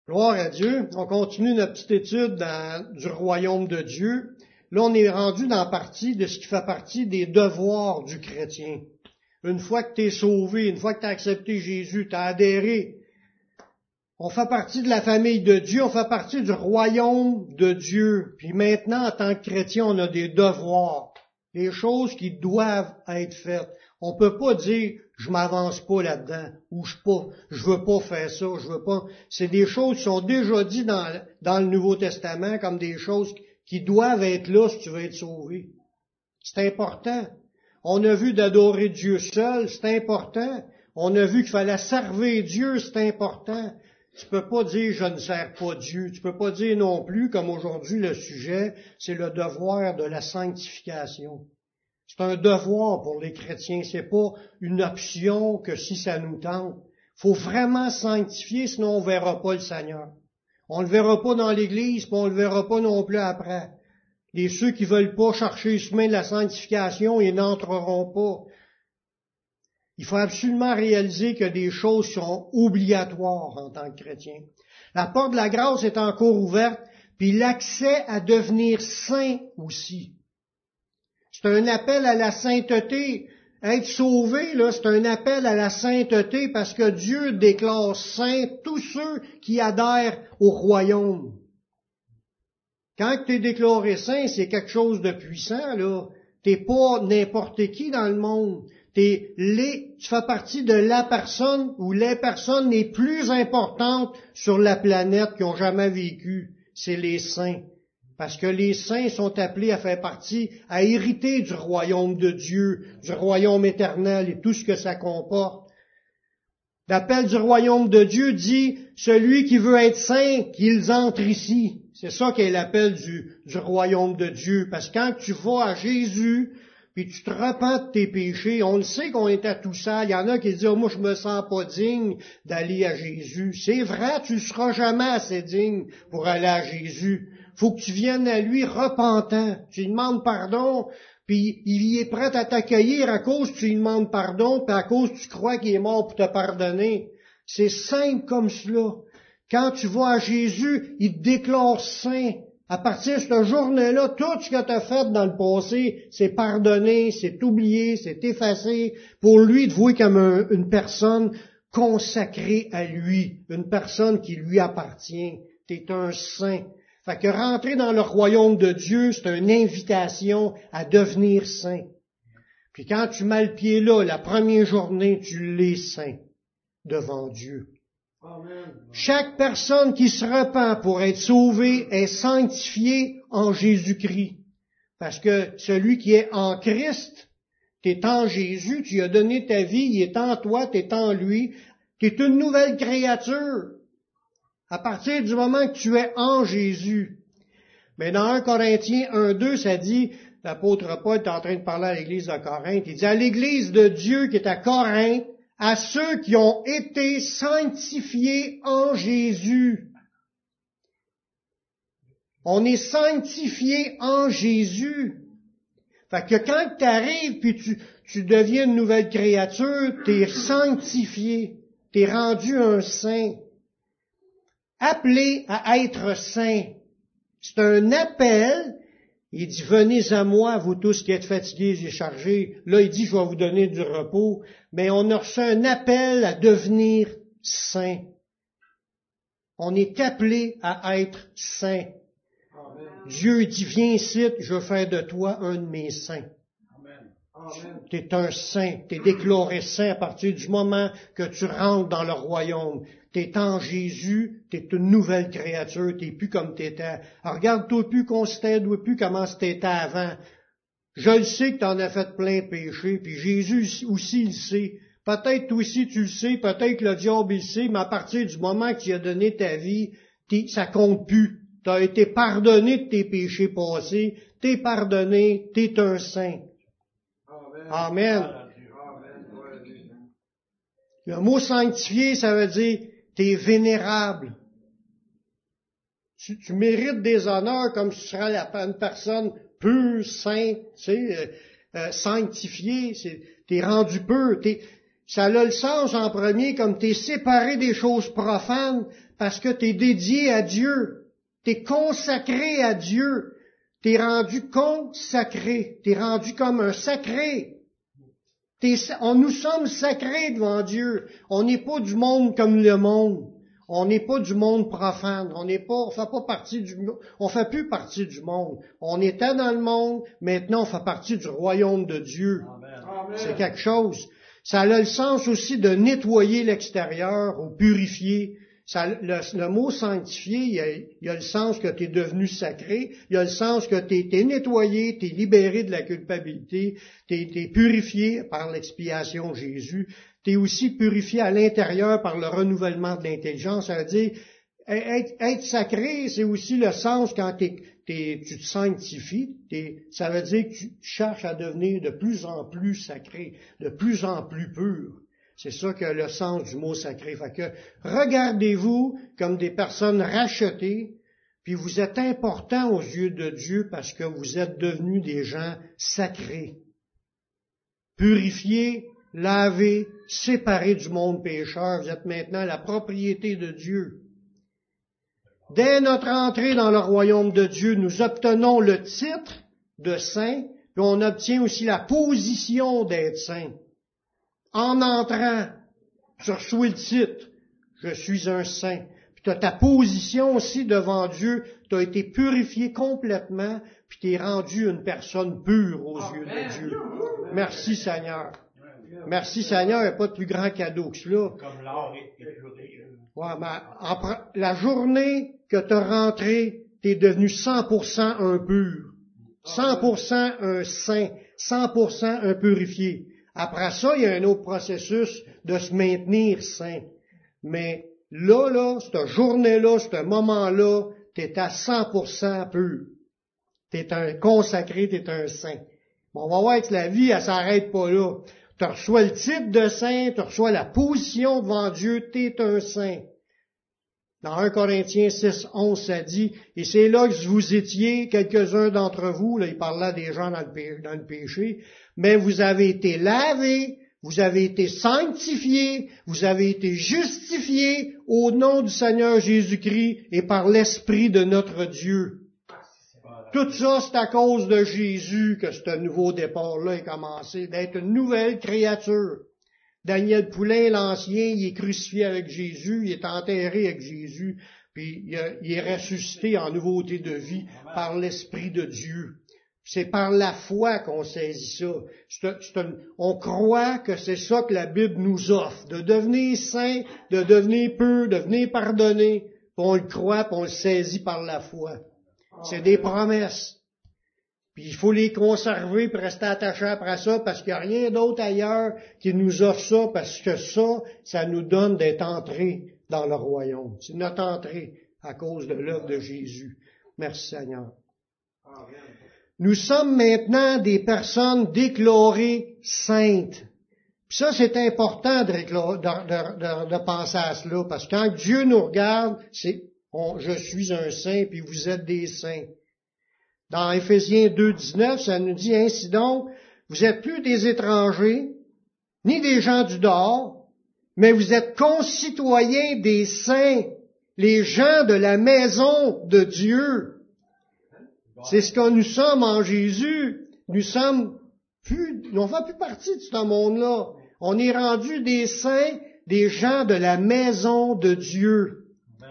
Gloire à Dieu. On continue notre petite étude du royaume de Dieu. Là, on est rendu dans la partie de ce qui fait partie des devoirs du chrétien. Une fois que tu es sauvé, une fois que tu as accepté Jésus, tu as adhéré, on fait partie de la famille de Dieu, on fait partie du royaume de Dieu. Puis maintenant, en tant que chrétien, on a des devoirs, des choses qui doivent être faites. On peut pas dire je m'avance pas là-dedans ou je veux pas faire ça, je veux pas. C'est des choses qui sont déjà dites dans le Nouveau Testament comme des choses qui doivent être là si tu veux être sauvé. C'est important. On a vu d'adorer Dieu seul, c'est important. On a vu qu'il fallait servir Dieu, c'est important. Tu peux pas dire je ne sers pas Dieu. Tu peux pas dire non plus, comme aujourd'hui le sujet, c'est le devoir de la sanctification. C'est un devoir pour les chrétiens, c'est pas une option que si ça nous tente. Faut vraiment sanctifier, sinon on verra pas le Seigneur. On le verra pas dans l'Église, puis on le verra pas non plus après. Et ceux qui veulent pas chercher le chemin de la sanctification, ils n'entreront pas. Il faut absolument réaliser que des choses sont obligatoires en tant que chrétien. La porte de la grâce est encore ouverte, puis l'accès à devenir saint aussi. C'est un appel à la sainteté. Être sauvé, là, c'est un appel à la sainteté parce que Dieu déclare saints tous ceux qui adhèrent au royaume. Quand tu es déclaré saint, c'est quelque chose de puissant, là. T'es pas n'importe qui dans le monde. Tu fais partie de la personne ou les personnes les plus importantes sur la planète qui ont jamais vécu. C'est les saints. Parce que les saints sont appelés à faire partie, à hériter du royaume de Dieu, du royaume éternel et tout ce que ça comporte. L'appel du royaume de Dieu dit, celui qui veut être saint, qu'il entre ici. C'est ça qu'est l'appel du royaume de Dieu. Parce que quand tu vas à Jésus, puis tu te repens de tes péchés, on le sait qu'on est à tout ça. Il y en a qui disent, oh, moi je me sens pas digne d'aller à Jésus. C'est vrai, tu ne seras jamais assez digne pour aller à Jésus. Faut que tu viennes à lui repentant. Tu lui demandes pardon, puis il est prêt à t'accueillir à cause que tu lui demandes pardon, puis à cause que tu crois qu'il est mort pour te pardonner. C'est simple comme cela. Quand tu vas à Jésus, il te déclare saint. À partir de cette journée-là, tout ce que tu as fait dans le passé, c'est pardonné, c'est oublié, c'est effacé. Pour lui, te voir comme une personne consacrée à lui, une personne qui lui appartient. Tu es un saint. Fait que rentrer dans le royaume de Dieu, c'est une invitation à devenir saint. Puis quand tu mets le pied là, la première journée, tu l'es saint devant Dieu. Amen. Chaque personne qui se repent pour être sauvée est sanctifiée en Jésus-Christ. Parce que celui qui est en Christ, t'es en Jésus, tu lui as donné ta vie, il est en toi, t'es en lui, t'es une nouvelle créature. À partir du moment que tu es en Jésus. Mais dans 1 Corinthiens 1:2, ça dit, l'apôtre Paul est en train de parler à l'église de Corinthe, il dit à l'église de Dieu qui est à Corinthe, à ceux qui ont été sanctifiés en Jésus. On est sanctifiés en Jésus. Fait que quand tu arrives puis tu deviens une nouvelle créature, tu es sanctifié, tu es rendu un saint. Appelé à être saint. C'est un appel. Il dit, venez à moi, vous tous qui êtes fatigués et chargés. Là, il dit, je vais vous donner du repos. Mais on a reçu un appel à devenir saint. On est appelé à être saint. Amen. Dieu dit, viens ici, je veux faire de toi un de mes saints. Tu es un saint, tu es déclaré saint à partir du moment que tu rentres dans le royaume. Tu es en Jésus, tu es une nouvelle créature, tu n'es plus comme tu étais. Alors regarde-toi plus, considère-toi plus comment c'était avant. Je le sais que tu en as fait plein de péchés, puis Jésus aussi le sait. Peut-être toi aussi tu le sais, peut-être que le diable il sait, mais à partir du moment que tu as donné ta vie, ça compte plus. Tu as été pardonné de tes péchés passés, tu es pardonné, tu es un saint. Amen. Le mot sanctifié, ça veut dire t'es vénérable. Tu mérites des honneurs comme si tu serais une personne pure, sainte, sanctifiée. T'es rendu pur. Ça a le sens en premier comme t'es séparé des choses profanes Parce que tu es dédié à Dieu. Tu es consacré à Dieu. Tu es rendu consacré. Tu es rendu comme un sacré. Nous sommes sacrés devant Dieu. On n'est pas du monde comme le monde. On n'est pas du monde profane. On fait plus partie du monde. On était dans le monde. Maintenant, on fait partie du royaume de Dieu. Amen. C'est quelque chose. Ça a le sens aussi de nettoyer l'extérieur ou purifier. Le mot sanctifier, il y a le sens que tu es devenu sacré, il y a le sens que tu es nettoyé, tu es libéré de la culpabilité, tu es purifié par l'expiation de Jésus, tu es aussi purifié à l'intérieur par le renouvellement de l'intelligence. Ça veut dire, être sacré, c'est aussi le sens quand tu te sanctifies, ça veut dire que tu cherches à devenir de plus en plus sacré, de plus en plus pur. C'est ça que le sens du mot sacré. Fait que regardez-vous comme des personnes rachetées, puis vous êtes importants aux yeux de Dieu parce que vous êtes devenus des gens sacrés. Purifiés, lavés, séparés du monde pécheur, vous êtes maintenant la propriété de Dieu. Dès notre entrée dans le royaume de Dieu, nous obtenons le titre de saint, puis on obtient aussi la position d'être saint. En entrant, tu reçois le titre, je suis un saint. Puis tu as ta position aussi devant Dieu, tu as été purifié complètement, puis tu es rendu une personne pure aux yeux de Dieu. Merci Seigneur. Merci Seigneur, il n'y a pas de plus grand cadeau que cela. Comme l'or est puré. Ouais, mais la journée que tu as rentré, tu es devenu 100% un pur, 100% un saint, 100% un purifié. Après ça, il y a un autre processus de se maintenir saint. Mais là, cette journée-là, ce moment-là, tu es à 100% pur. Tu es un consacré, tu es un saint. Bon, on va voir que la vie, elle s'arrête pas là. Tu reçois le titre de saint, tu reçois la position devant Dieu, tu es un saint. Dans 1 Corinthiens 6, 11, ça dit, et c'est là que vous étiez, quelques-uns d'entre vous, là, il parlait des gens dans le péché, mais vous avez été lavés, vous avez été sanctifiés, vous avez été justifiés au nom du Seigneur Jésus-Christ et par l'Esprit de notre Dieu. Tout ça, c'est à cause de Jésus que ce nouveau départ-là est commencé, d'être une nouvelle créature. Daniel Poulain, l'ancien, il est crucifié avec Jésus, il est enterré avec Jésus, puis il est ressuscité en nouveauté de vie par l'Esprit de Dieu. C'est par la foi qu'on saisit ça. On croit que c'est ça que la Bible nous offre, de devenir saint, de devenir pur, de devenir pardonné, puis on le croit, puis on le saisit par la foi. C'est des promesses. Puis il faut les conserver et rester attachés après ça parce qu'il n'y a rien d'autre ailleurs qui nous offre ça parce que ça nous donne d'être entrés dans le royaume. C'est notre entrée à cause de l'œuvre de Jésus. Merci Seigneur. Nous sommes maintenant des personnes déclarées saintes. Puis ça, c'est important de penser à cela parce que quand Dieu nous regarde, je suis un saint puis vous êtes des saints. Dans Éphésiens 2, 19, ça nous dit ainsi donc, vous êtes plus des étrangers, ni des gens du dehors, mais vous êtes concitoyens des saints, les gens de la maison de Dieu. C'est ce que nous sommes en Jésus. On ne fait plus partie de ce monde-là. On est rendu des saints, des gens de la maison de Dieu.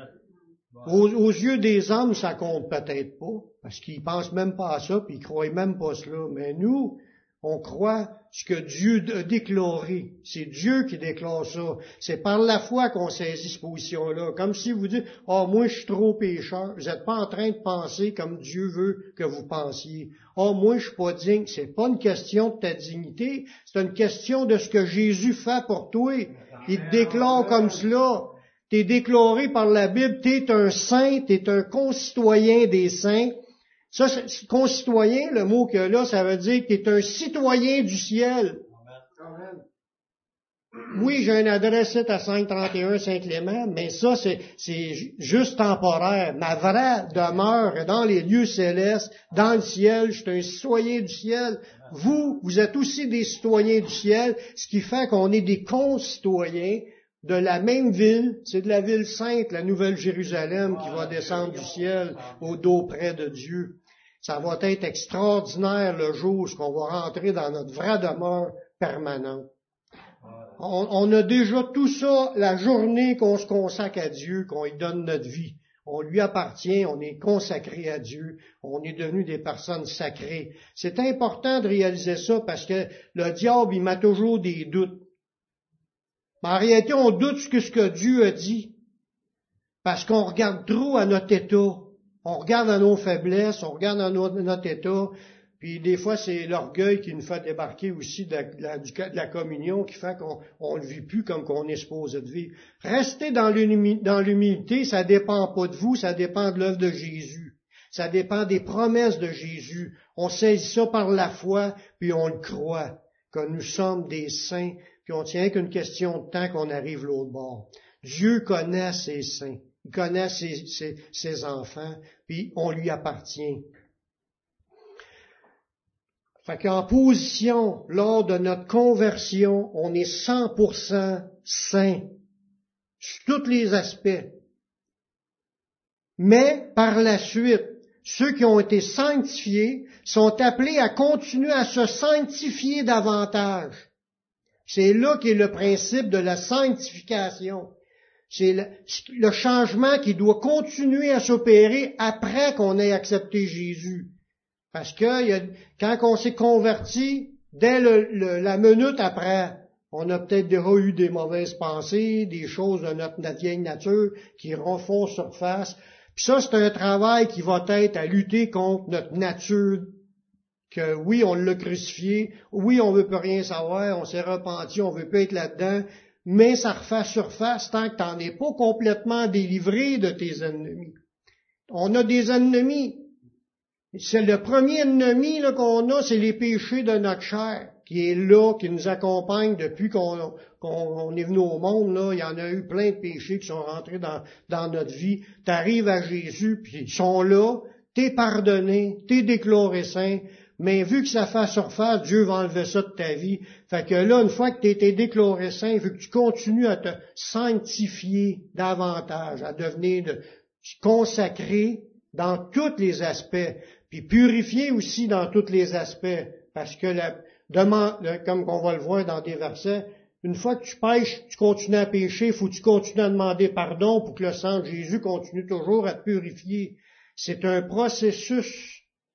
Aux yeux des hommes, ça compte peut-être pas, parce qu'ils pensent même pas à ça, puis ils croient même pas cela. Mais nous, on croit ce que Dieu a déclaré. C'est Dieu qui déclare ça. C'est par la foi qu'on saisit cette position-là. Comme si vous dites, « Oh, moi, je suis trop pécheur. » Vous n'êtes pas en train de penser comme Dieu veut que vous pensiez. « Oh, moi, je suis pas digne. » C'est pas une question de ta dignité. C'est une question de ce que Jésus fait pour toi. Il te déclare comme cela. T'es déclaré par la Bible, t'es un saint, t'es un concitoyen des saints. Ça, concitoyen, le mot que là, ça veut dire que t'es un citoyen du ciel. Amen. Oui, j'ai une adresse à 531 Saint-Clément, mais ça, c'est juste temporaire. Ma vraie demeure est dans les lieux célestes, dans le ciel. Je suis un citoyen du ciel. Vous êtes aussi des citoyens du ciel, ce qui fait qu'on est des concitoyens de la même ville, c'est de la ville sainte, la Nouvelle Jérusalem, qui va descendre du ciel au dos près de Dieu. Ça va être extraordinaire le jour où on va rentrer dans notre vraie demeure permanente. On a déjà tout ça la journée qu'on se consacre à Dieu, qu'on lui donne notre vie. On lui appartient, on est consacré à Dieu, on est devenu des personnes sacrées. C'est important de réaliser ça parce que le diable, il met toujours des doutes. Mais en réalité, on doute ce que Dieu a dit parce qu'on regarde trop à notre état. On regarde à nos faiblesses, on regarde à notre état. Puis des fois, c'est l'orgueil qui nous fait débarquer aussi de la communion, qui fait qu'on ne vit plus comme qu'on est supposé de vivre. Rester dans l'humilité, ça dépend pas de vous, ça dépend de l'œuvre de Jésus. Ça dépend des promesses de Jésus. On saisit ça par la foi, puis on le croit, que nous sommes des saints, puis on tient qu'une question de temps qu'on arrive l'autre bord. Dieu connaît ses saints, il connaît ses enfants, puis on lui appartient. Fait qu'en position, lors de notre conversion, on est 100% saint, sur tous les aspects. Mais, par la suite, ceux qui ont été sanctifiés sont appelés à continuer à se sanctifier davantage. C'est là qu'est le principe de la sanctification. C'est le changement qui doit continuer à s'opérer après qu'on ait accepté Jésus. Parce que quand on s'est converti, dès la minute après, on a peut-être déjà eu des mauvaises pensées, des choses de notre vieille nature qui refont surface. Puis ça, c'est un travail qui va être à lutter contre notre nature, que oui, on l'a crucifié, oui, on veut plus rien savoir, on s'est repenti, on veut plus être là-dedans, mais ça refait surface tant que t'en es pas complètement délivré de tes ennemis. On a des ennemis. C'est le premier ennemi là, qu'on a, c'est les péchés de notre chair, qui est là, qui nous accompagne depuis qu'on est venu au monde. Là, il y en a eu plein de péchés qui sont rentrés dans notre vie. Tu arrives à Jésus, puis ils sont là, t'es pardonné, t'es déclaré saint, mais vu que ça fait surface, Dieu va enlever ça de ta vie. Fait que là, une fois que tu été déclaré saint, vu que tu continues à te sanctifier davantage, à devenir consacré dans tous les aspects, puis purifier aussi dans tous les aspects, parce que comme on va le voir dans des versets, une fois que tu pêches, tu continues à pécher, il faut que tu continues à demander pardon pour que le sang de Jésus continue toujours à te purifier. C'est un processus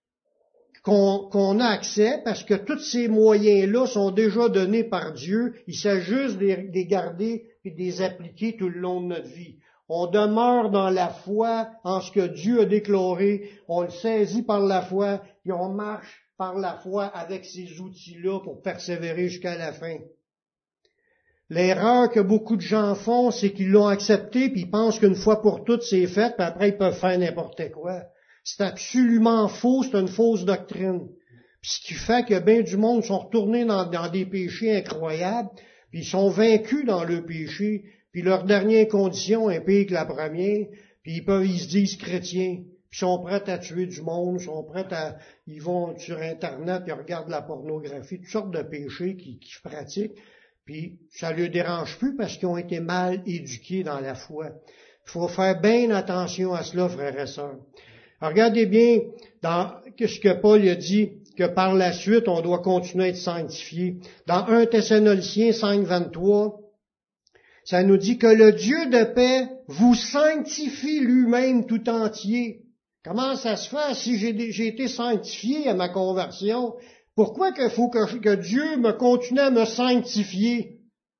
qu'on a accès, parce que tous ces moyens-là sont déjà donnés par Dieu, il s'agit juste de les garder et de les appliquer tout le long de notre vie. On demeure dans la foi en ce que Dieu a déclaré, on le saisit par la foi, et on marche par la foi avec ces outils-là pour persévérer jusqu'à la fin. L'erreur que beaucoup de gens font, c'est qu'ils l'ont accepté, puis ils pensent qu'une fois pour toutes c'est fait, puis après ils peuvent faire n'importe quoi. C'est absolument faux, c'est une fausse doctrine. Puis ce qui fait que bien du monde sont retournés dans des péchés incroyables, puis ils sont vaincus dans le péché, puis leur dernière condition est pire que la première, puis ils se disent chrétiens, puis ils sont prêts à tuer du monde, ils vont sur Internet, ils regardent la pornographie, toutes sortes de péchés qu'ils pratiquent, puis ça ne les dérange plus parce qu'ils ont été mal éduqués dans la foi. Il faut faire bien attention à cela, frères et sœurs. Alors, regardez bien dans ce que Paul a dit, que par la suite, on doit continuer à être sanctifié. Dans 1 Thessaloniciens 5, 23, ça nous dit que le Dieu de paix vous sanctifie lui-même tout entier. Comment ça se fait si j'ai été sanctifié à ma conversion? Pourquoi qu'il faut que Dieu me continue à me sanctifier?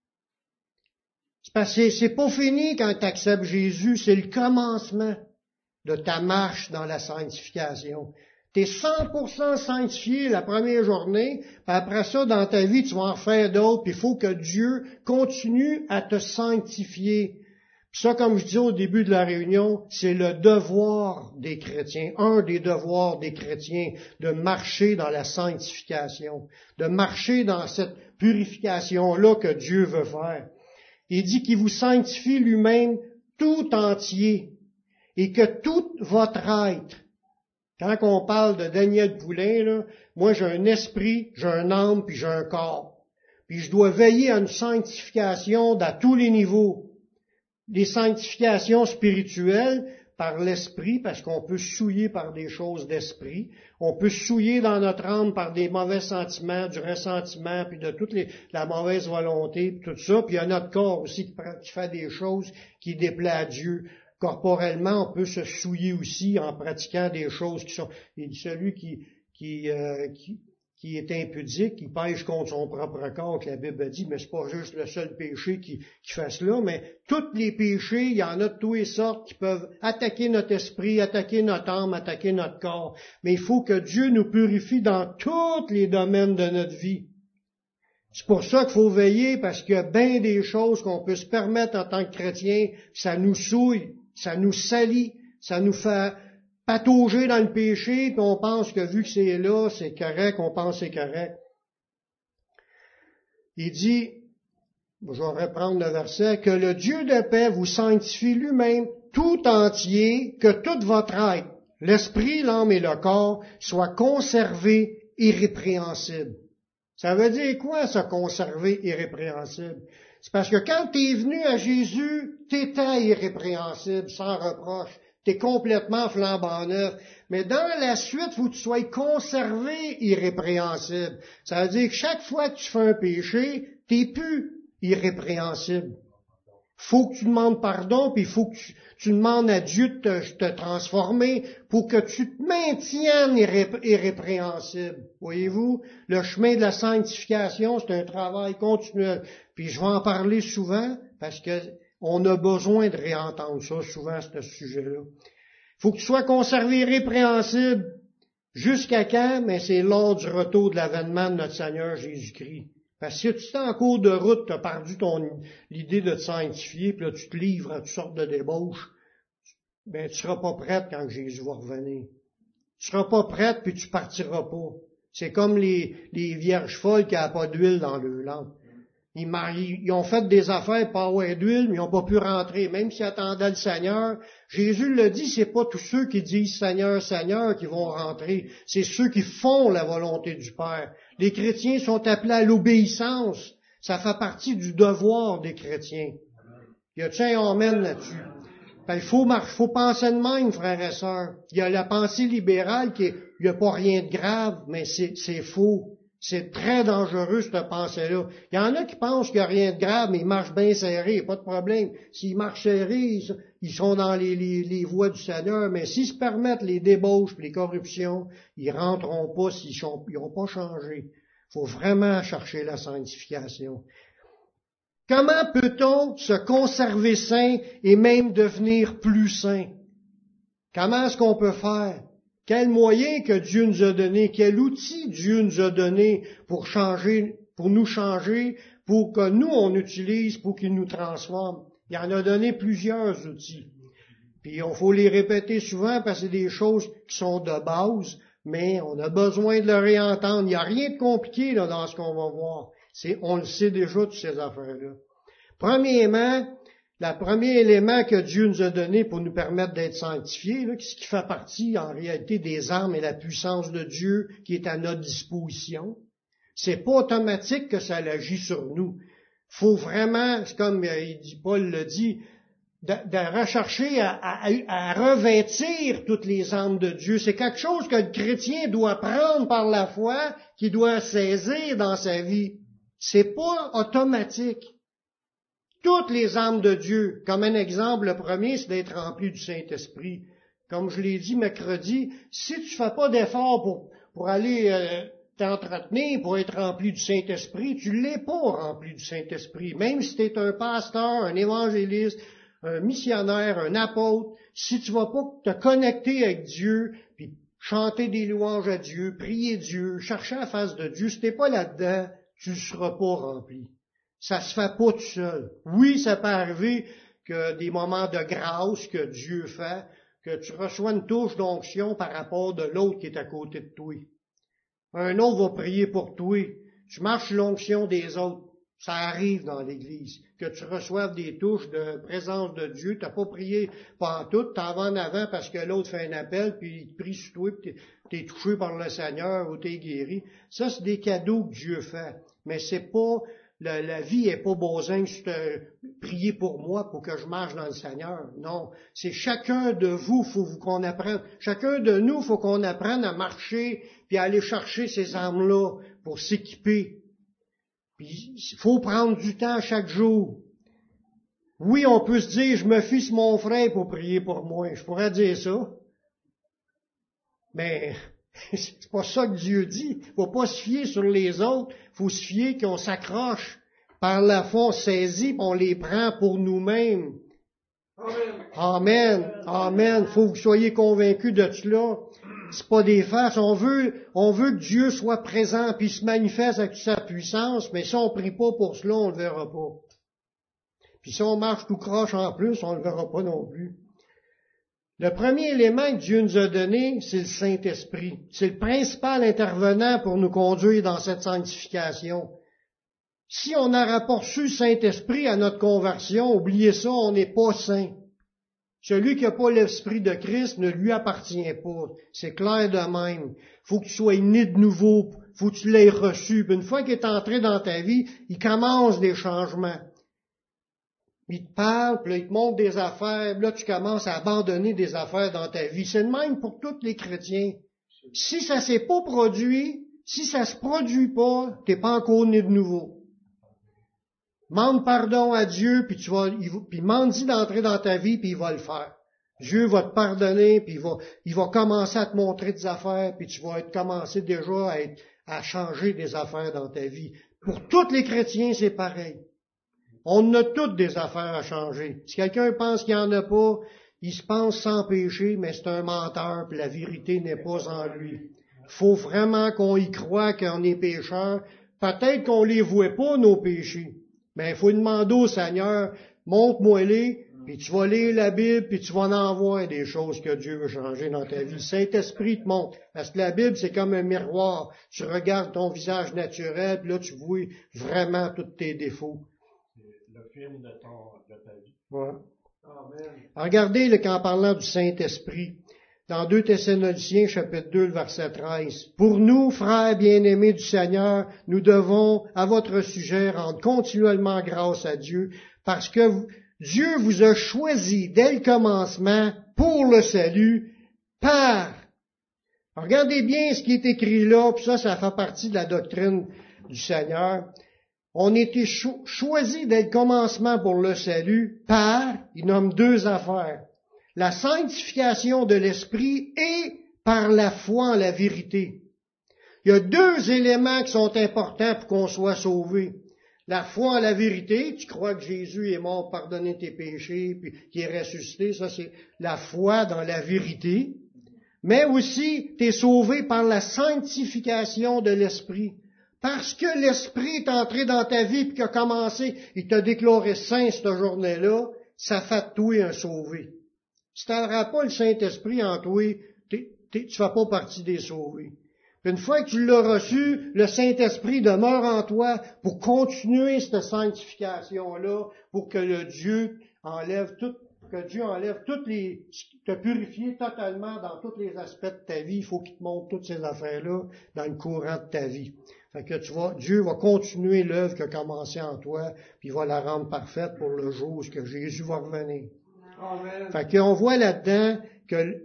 C'est parce que c'est pas fini quand tu acceptes Jésus, c'est le commencement de ta marche dans la sanctification. Tu es 100% sanctifié la première journée, puis après ça, dans ta vie, tu vas en faire d'autres, puis il faut que Dieu continue à te sanctifier. Puis ça, comme je disais au début de la réunion, c'est le devoir des chrétiens, un des devoirs des chrétiens, de marcher dans la sanctification, de marcher dans cette purification-là que Dieu veut faire. Il dit qu'il vous sanctifie lui-même tout entier, et que tout votre être, quand on parle de Daniel Poulain, là, moi j'ai un esprit, j'ai un âme, puis j'ai un corps. Puis je dois veiller à une sanctification à tous les niveaux. Les sanctifications spirituelles par l'esprit, parce qu'on peut se souiller par des choses d'esprit. On peut se souiller dans notre âme par des mauvais sentiments, du ressentiment, puis de toute la mauvaise volonté, puis tout ça. Puis il y a notre corps aussi qui fait des choses qui déplaisent à Dieu. Corporellement, on peut se souiller aussi en pratiquant des choses qui sont... Et celui qui est impudique, qui pêche contre son propre corps, que la Bible dit, mais c'est pas juste le seul péché qui fait cela, mais tous les péchés, il y en a de toutes les sortes qui peuvent attaquer notre esprit, attaquer notre âme, attaquer notre corps. Mais il faut que Dieu nous purifie dans tous les domaines de notre vie. C'est pour ça qu'il faut veiller, parce qu'il y a bien des choses qu'on peut se permettre en tant que chrétien, ça nous souille, ça nous salit, ça nous fait patauger dans le péché, puis on pense que vu que c'est là, c'est correct, on pense que c'est correct. Il dit, je vais reprendre le verset, que le Dieu de paix vous sanctifie lui-même tout entier, que toute votre être, l'esprit, l'âme et le corps, soient conservés irrépréhensibles. Ça veut dire quoi, ça, conserver irrépréhensible? C'est parce que quand tu es venu à Jésus, tu étais irrépréhensible, sans reproche. Tu es complètement flambant neuf. Mais dans la suite, il faut que tu sois conservé irrépréhensible. Ça veut dire que chaque fois que tu fais un péché, tu n'es plus irrépréhensible. Faut que tu demandes pardon, puis il faut que tu demandes à Dieu de te transformer pour que tu te maintiennes irrépréhensible. Voyez-vous, le chemin de la sanctification, c'est un travail continuel. Puis je vais en parler souvent parce que on a besoin de réentendre ça souvent, ce sujet-là. Il faut que tu sois conservé irrépréhensible jusqu'à quand? Mais c'est lors du retour de l'avènement de notre Seigneur Jésus-Christ. Parce que si tu es en cours de route, tu as perdu l'idée de te sanctifier, puis là tu te livres à toutes sortes de débauches, ben tu seras pas prête quand Jésus va revenir. Tu seras pas prête, puis tu partiras pas. C'est comme les vierges folles qui n'ont pas d'huile dans leur lampe. Ils ont fait des affaires pas avoir d'huile, mais ils n'ont pas pu rentrer, même s'ils attendaient le Seigneur. Jésus le dit, c'est pas tous ceux qui disent Seigneur, Seigneur qui vont rentrer, c'est ceux qui font la volonté du Père. Les chrétiens sont appelés à l'obéissance. Ça fait partie du devoir des chrétiens. Y a-t-il un amen là-dessus? Ben, il faut penser de même, frères et sœurs. Il y a la pensée libérale il n'y a pas rien de grave, mais c'est faux. C'est très dangereux, cette pensée-là. Il y en a qui pensent qu'il n'y a rien de grave, mais ils marchent bien serrés, pas de problème. S'ils marchent serrés, ils sont dans les voies du Seigneur, mais s'ils se permettent les débauches et les corruptions, ils rentreront pas s'ils n'ont pas changé. Il faut vraiment chercher la sanctification. Comment peut-on se conserver saint et même devenir plus saint? Comment est-ce qu'on peut faire? Quel moyen que Dieu nous a donné, quel outil Dieu nous a donné pour nous changer, pour que nous on utilise pour qu'il nous transforme. Il en a donné plusieurs outils. Puis il faut les répéter souvent parce que c'est des choses qui sont de base, mais on a besoin de le réentendre. Il n'y a rien de compliqué là, dans ce qu'on va voir. On le sait déjà, toutes ces affaires-là. Premièrement, le premier élément que Dieu nous a donné pour nous permettre d'être sanctifiés, là, ce qui fait partie en réalité des armes et la puissance de Dieu qui est à notre disposition, c'est pas automatique que ça agit sur nous. Faut vraiment, c'est comme Paul le dit, de rechercher à revêtir toutes les armes de Dieu. C'est quelque chose que le chrétien doit prendre par la foi, qu'il doit saisir dans sa vie. C'est pas automatique. Toutes les armes de Dieu. Comme un exemple, le premier, c'est d'être rempli du Saint-Esprit. Comme je l'ai dit mercredi, si tu fais pas d'effort pour aller t'entretenir, pour être rempli du Saint-Esprit, tu l'es pas rempli du Saint-Esprit. Même si tu es un pasteur, un évangéliste, un missionnaire, un apôtre, si tu vas pas te connecter avec Dieu, puis chanter des louanges à Dieu, prier Dieu, chercher la face de Dieu, si t'es pas là-dedans, tu ne seras pas rempli. Ça se fait pas tout seul. Oui, ça peut arriver que des moments de grâce que Dieu fait, que tu reçois une touche d'onction par rapport de l'autre qui est à côté de toi. Un autre va prier pour toi. Tu marches l'onction des autres. Ça arrive dans l'Église. Que tu reçoives des touches de présence de Dieu. Tu n'as pas prié pantoute, t'en vas en avant parce que l'autre fait un appel, puis il prie sur toi, puis t'es touché par le Seigneur ou t'es guéri. Ça, c'est des cadeaux que Dieu fait. Mais c'est pas la vie est pas besoin de prier pour moi pour que je marche dans le Seigneur. Non, c'est chacun de vous, qu'on apprenne. Chacun de nous, faut qu'on apprenne à marcher puis à aller chercher ces armes-là pour s'équiper. Puis il faut prendre du temps chaque jour. Oui, on peut se dire, je me fie sur mon frère pour prier pour moi. Je pourrais dire ça. Mais c'est pas ça que Dieu dit. Faut pas se fier sur les autres. Faut se fier qu'on s'accroche par la foi, on saisit, on les prend pour nous-mêmes. Amen. Amen. Faut que vous soyez convaincus de cela. C'est pas des farces. On veut que Dieu soit présent puis se manifeste avec sa puissance, mais si on prie pas pour cela, on le verra pas. Puis si on marche tout croche en plus, on le verra pas non plus. Le premier élément que Dieu nous a donné, c'est le Saint-Esprit. C'est le principal intervenant pour nous conduire dans cette sanctification. Si on n'a pas reçu le Saint-Esprit à notre conversion, oubliez ça, on n'est pas saint. Celui qui n'a pas l'Esprit de Christ ne lui appartient pas. C'est clair de même. Faut que tu sois né de nouveau. Faut que tu l'aies reçu. Puis une fois qu'il est entré dans ta vie, il commence des changements. Il te parle, puis là, il te montre des affaires, puis là, tu commences à abandonner des affaires dans ta vie. C'est le même pour tous les chrétiens. Si ça s'est pas produit, si ça se produit pas, t'es pas encore né de nouveau. Demande pardon à Dieu, puis puis demande-y d'entrer dans ta vie, puis il va le faire. Dieu va te pardonner, puis il va commencer à te montrer des affaires, puis tu vas commencer déjà à changer des affaires dans ta vie. Pour tous les chrétiens, c'est pareil. On a toutes des affaires à changer. Si quelqu'un pense qu'il n'y en a pas, il se pense sans péché, mais c'est un menteur, puis la vérité n'est pas en lui. Faut vraiment qu'on y croie qu'on est pécheur. Peut-être qu'on les voit pas, nos péchés. Mais il faut demander au Seigneur, montre-moi-les, puis tu vas lire la Bible, puis tu vas en voir des choses que Dieu veut changer dans ta vie. Le Saint-Esprit te montre. Parce que la Bible, c'est comme un miroir. Tu regardes ton visage naturel, puis là, tu vois vraiment tous tes défauts. Le film de ta vie. Ouais. Amen. Regardez qu'en parlant du Saint-Esprit, dans 2 Thessaloniciens, chapitre 2, le verset 13. Pour nous, frères bien-aimés du Seigneur, nous devons, à votre sujet, rendre continuellement grâce à Dieu, parce que Dieu vous a choisi dès le commencement pour le salut par. Regardez bien ce qui est écrit là, puis ça fait partie de la doctrine du Seigneur. On a été choisis dès le commencement pour le salut par, il nomme 2 affaires. La sanctification de l'esprit et par la foi en la vérité. Il y a 2 éléments qui sont importants pour qu'on soit sauvé. La foi en la vérité, tu crois que Jésus est mort pour pardonner tes péchés, puis qu'il est ressuscité, ça c'est la foi dans la vérité. Mais aussi, tu es sauvé par la sanctification de l'esprit. Parce que l'esprit est entré dans ta vie puis qu'il a commencé, il t'a déclaré saint cette journée-là, ça fait de toi un sauvé. Si tu n'auras pas le Saint-Esprit en toi, tu ne fais pas partie des sauvés. Puis une fois que tu l'as reçu, le Saint-Esprit demeure en toi pour continuer cette sanctification-là, pour que Dieu enlève toutes les, te purifier totalement dans tous les aspects de ta vie. Il faut qu'il te montre toutes ces affaires-là dans le courant de ta vie. Fait que Dieu va continuer l'œuvre qui a commencé en toi, puis il va la rendre parfaite pour le jour où que Jésus va revenir. Amen. Fait qu'on voit là-dedans que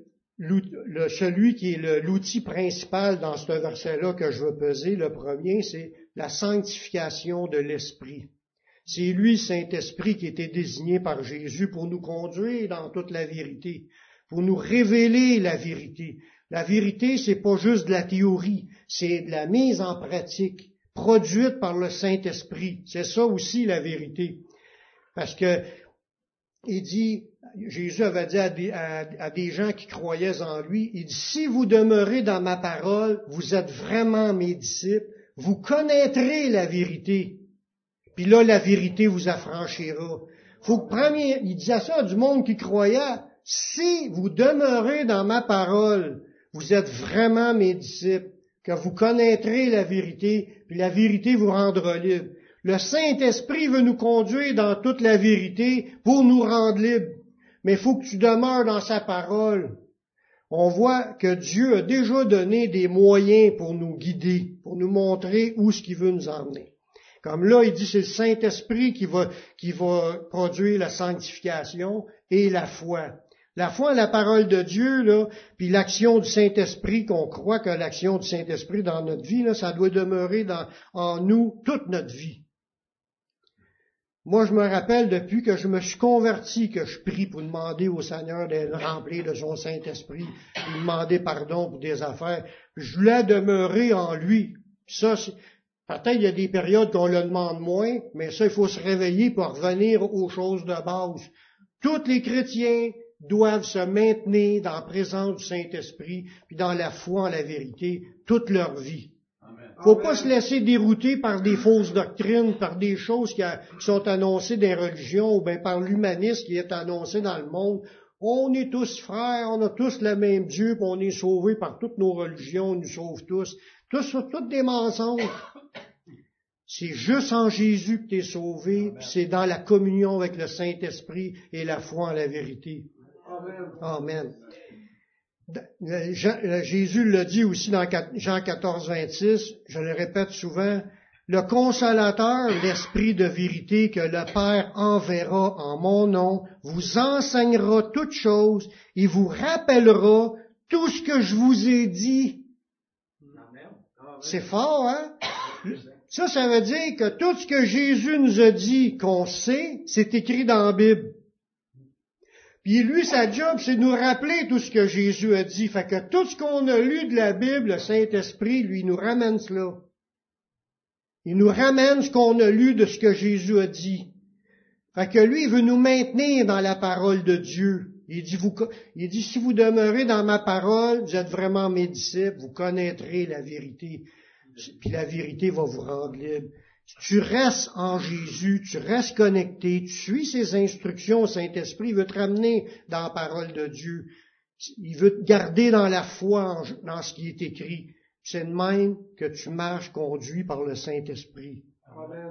celui qui est l'outil principal dans ce verset-là que je veux peser, le premier, c'est la sanctification de l'esprit. C'est lui, Saint-Esprit, qui était désigné par Jésus pour nous conduire dans toute la vérité, pour nous révéler la vérité. La vérité, c'est pas juste de la théorie, c'est de la mise en pratique, produite par le Saint-Esprit. C'est ça aussi la vérité. Parce que, Jésus avait dit à des gens qui croyaient en lui, il dit, si vous demeurez dans ma parole, vous êtes vraiment mes disciples, vous connaîtrez la vérité. Puis là, la vérité vous affranchira. Il disait ça du monde qui croyait, si vous demeurez dans ma parole, vous êtes vraiment mes disciples, que vous connaîtrez la vérité, puis la vérité vous rendra libre. Le Saint-Esprit veut nous conduire dans toute la vérité pour nous rendre libres. Mais il faut que tu demeures dans sa parole. On voit que Dieu a déjà donné des moyens pour nous guider, pour nous montrer où ce qu'il veut nous emmener. Comme là, il dit c'est le Saint-Esprit qui va produire la sanctification et la foi. La foi en la parole de Dieu, là, puis l'action du Saint-Esprit, qu'on croit que l'action du Saint-Esprit dans notre vie, là, ça doit demeurer en nous toute notre vie. Moi, je me rappelle depuis que je me suis converti, que je prie pour demander au Seigneur d'être rempli de son Saint-Esprit, lui demander pardon pour des affaires. Je voulais demeurer en lui. Ça, peut-être il y a des périodes qu'on le demande moins, mais ça, il faut se réveiller pour revenir aux choses de base. Tous les chrétiens doivent se maintenir dans la présence du Saint-Esprit, puis dans la foi en la vérité, toute leur vie. Faut pas se laisser dérouter par des fausses doctrines, par des choses qui sont annoncées des religions, ou bien par l'humanisme qui est annoncé dans le monde. On est tous frères, on a tous le même Dieu, puis on est sauvés par toutes nos religions, on nous sauve tous. Toutes des mensonges. C'est juste en Jésus que tu es sauvé, puis c'est dans la communion avec le Saint-Esprit et la foi en la vérité. Amen. Jésus le dit aussi dans Jean 14, 26, je le répète souvent, le Consolateur, l'Esprit de vérité que le Père enverra en mon nom, vous enseignera toutes choses et vous rappellera tout ce que je vous ai dit. C'est fort, hein? Ça veut dire que tout ce que Jésus nous a dit qu'on sait, c'est écrit dans la Bible. Puis lui, sa job, c'est de nous rappeler tout ce que Jésus a dit. Fait que tout ce qu'on a lu de la Bible, le Saint-Esprit, lui, il nous ramène cela. Il nous ramène ce qu'on a lu de ce que Jésus a dit. Fait que lui, il veut nous maintenir dans la parole de Dieu. Il dit, si vous demeurez dans ma parole, vous êtes vraiment mes disciples, vous connaîtrez la vérité. Puis la vérité va vous rendre libre. Tu restes en Jésus, tu restes connecté, tu suis ses instructions au Saint-Esprit, il veut te ramener dans la parole de Dieu. Il veut te garder dans la foi, dans ce qui est écrit. C'est de même que tu marches conduit par le Saint-Esprit. Amen.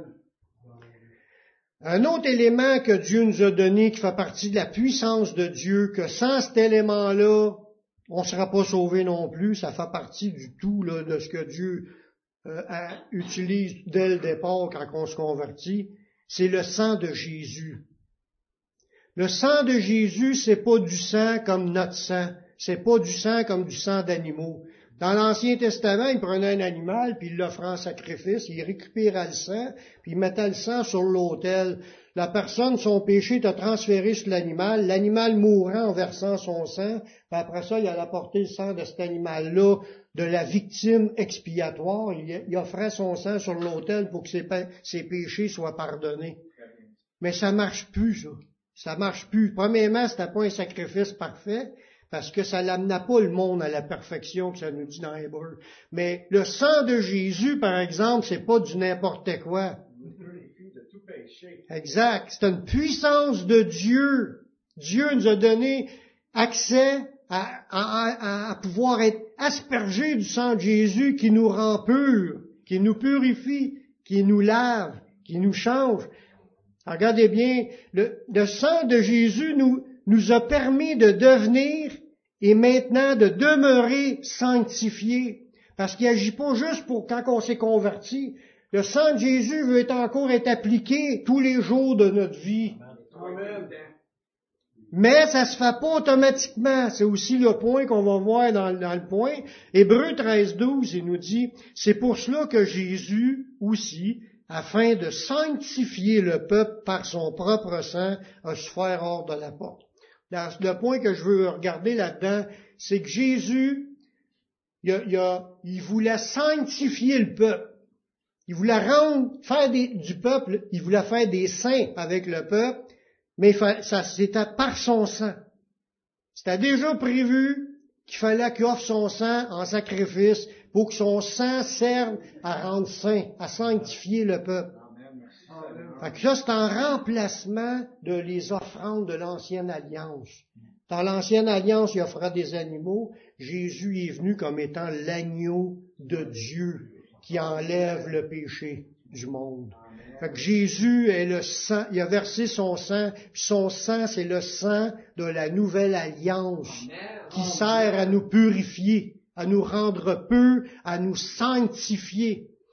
Un autre élément que Dieu nous a donné, qui fait partie de la puissance de Dieu, que sans cet élément-là, on ne sera pas sauvé non plus, ça fait partie du tout là, de ce que Dieu utilise dès le départ quand on se convertit, c'est le sang de Jésus. Le sang de Jésus, c'est pas du sang comme notre sang. C'est pas du sang comme du sang d'animaux. Dans l'Ancien Testament, il prenait un animal, puis il l'offrait en sacrifice, il récupérait le sang, puis il mettait le sang sur l'autel. La personne, son péché était transféré sur l'animal mourrait en versant son sang, puis après ça, il allait apporter le sang de cet animal-là, de la victime expiatoire, il offrait son sang sur l'autel pour que ses péchés soient pardonnés. Mais ça marche plus, ça. Ça marche plus. Premièrement, c'était pas un sacrifice parfait, parce que ça n'amenait pas le monde à la perfection que ça nous dit dans Hébreu. Mais le sang de Jésus, par exemple, c'est pas du n'importe quoi. Exact. C'est une puissance de Dieu. Dieu nous a donné accès à pouvoir être aspergé du sang de Jésus qui nous rend purs, qui nous purifie, qui nous lave, qui nous change. Regardez bien, le sang de Jésus nous a permis de devenir et maintenant de demeurer sanctifiés. Parce qu'il n'agit pas juste pour quand on s'est converti. Le sang de Jésus veut encore être appliqué tous les jours de notre vie. Amen. Mais ça se fait pas automatiquement. C'est aussi le point qu'on va voir dans le point. Hébreux 13, 12, il nous dit, c'est pour cela que Jésus aussi, afin de sanctifier le peuple par son propre sang, a souffert hors de la porte. Le point que je veux regarder là-dedans, c'est que Jésus, il voulait sanctifier le peuple. Il voulait du peuple, il voulait faire des saints avec le peuple, mais ça c'était par son sang. C'était déjà prévu qu'il fallait qu'il offre son sang en sacrifice pour que son sang serve à rendre saint, à sanctifier le peuple. Fait que ça, c'est en remplacement de les offrandes de l'Ancienne Alliance. Dans l'Ancienne Alliance, il offrait des animaux. Jésus est venu comme étant l'agneau de Dieu qui enlève le péché du monde. Fait que Jésus est le sang, il a versé son sang, puis son sang, c'est le sang de la nouvelle alliance qui sert à nous purifier, à nous rendre purs, à nous sanctifier.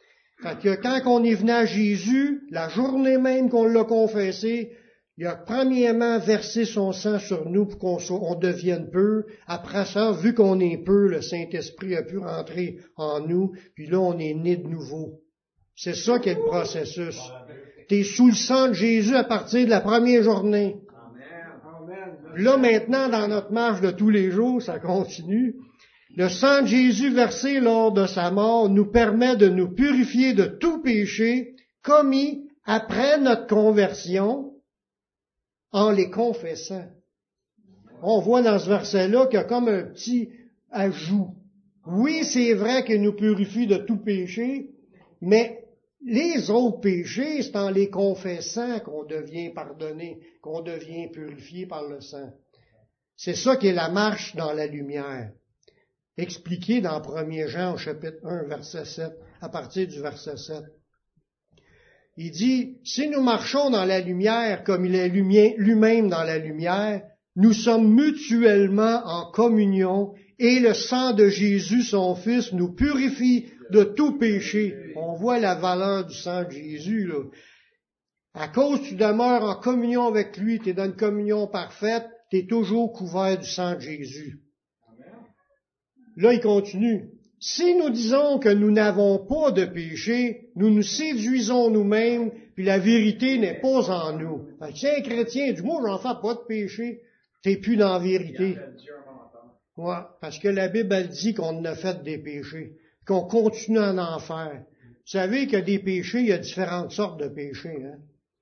Fait que quand on est venu à Jésus, la journée même qu'on l'a confessé, il a premièrement versé son sang sur nous pour on devienne peu. Après ça, vu qu'on est peu, le Saint-Esprit a pu rentrer en nous, puis là, on est né de nouveau. C'est ça qui est le processus. T'es sous le sang de Jésus à partir de la première journée. Là, maintenant, dans notre marche de tous les jours, ça continue. Le sang de Jésus versé lors de sa mort nous permet de nous purifier de tout péché commis après notre conversion en les confessant. On voit dans ce verset-là qu'il y a comme un petit ajout. Oui, c'est vrai qu'il nous purifie de tout péché, mais les autres péchés, c'est en les confessant qu'on devient pardonné, qu'on devient purifié par le sang. C'est ça qui est la marche dans la lumière. Expliqué dans 1 Jean au chapitre 1, verset 7, à partir du verset 7. Il dit, si nous marchons dans la lumière comme il est lui-même dans la lumière, nous sommes mutuellement en communion et le sang de Jésus, son Fils, nous purifie de tout péché. On voit la valeur du sang de Jésus, là. À cause que tu demeures en communion avec lui, tu es dans une communion parfaite, tu es toujours couvert du sang de Jésus. Là, il continue. Si nous disons que nous n'avons pas de péché, nous nous séduisons nous-mêmes, puis la vérité n'est pas en nous. Si un chrétien dit, moi, j'en fais pas de péché, t'es plus dans la vérité. Ouais, parce que la Bible, elle dit qu'on en a fait des péchés, qu'on continue à en faire. Vous savez qu'il y a des péchés, il y a différentes sortes de péchés. Hein?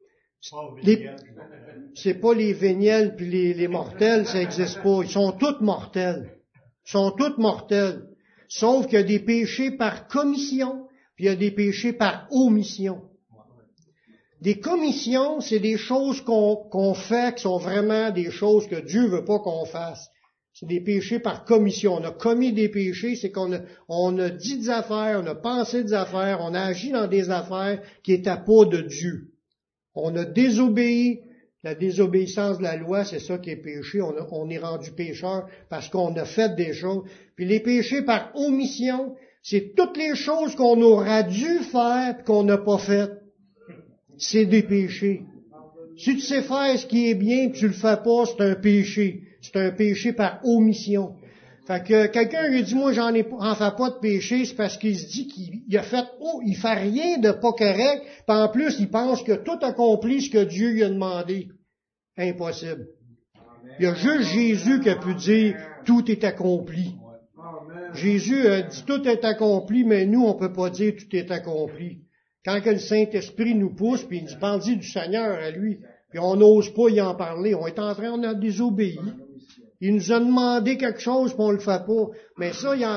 C'est pas les véniels puis les mortels, ça n'existe pas. Ils sont tous mortels. Ils sont tous mortels. Sauf qu'il y a des péchés par commission, puis il y a des péchés par omission. Des commissions, c'est des choses qu'on fait, qui sont vraiment des choses que Dieu veut pas qu'on fasse. C'est des péchés par commission. On a commis des péchés, c'est qu'on a dit des affaires, on a pensé des affaires, on a agi dans des affaires qui étaient pas de Dieu. On a désobéi. La désobéissance de la loi, c'est ça qui est péché. On est rendu pécheur parce qu'on a fait des choses. Puis les péchés par omission, c'est toutes les choses qu'on aura dû faire et qu'on n'a pas faites. C'est des péchés. Si tu sais faire ce qui est bien et tu le fais pas, c'est un péché. C'est un péché par omission. Fait que quelqu'un lui dit, moi, j'en fais pas de péché, c'est parce qu'il se dit qu'il a fait, il fait rien de pas correct, puis en plus, il pense que tout accomplit ce que Dieu lui a demandé. Impossible. Il y a juste Jésus qui a pu dire, tout est accompli. Jésus a dit, tout est accompli, mais nous, on peut pas dire, tout est accompli. Quand que le Saint-Esprit nous pousse, puis il dit, parle-y du Seigneur à lui, puis on n'ose pas y en parler, on est en train, on a désobéi. Il nous a demandé quelque chose, puis on le fait pas. Mais ça, il y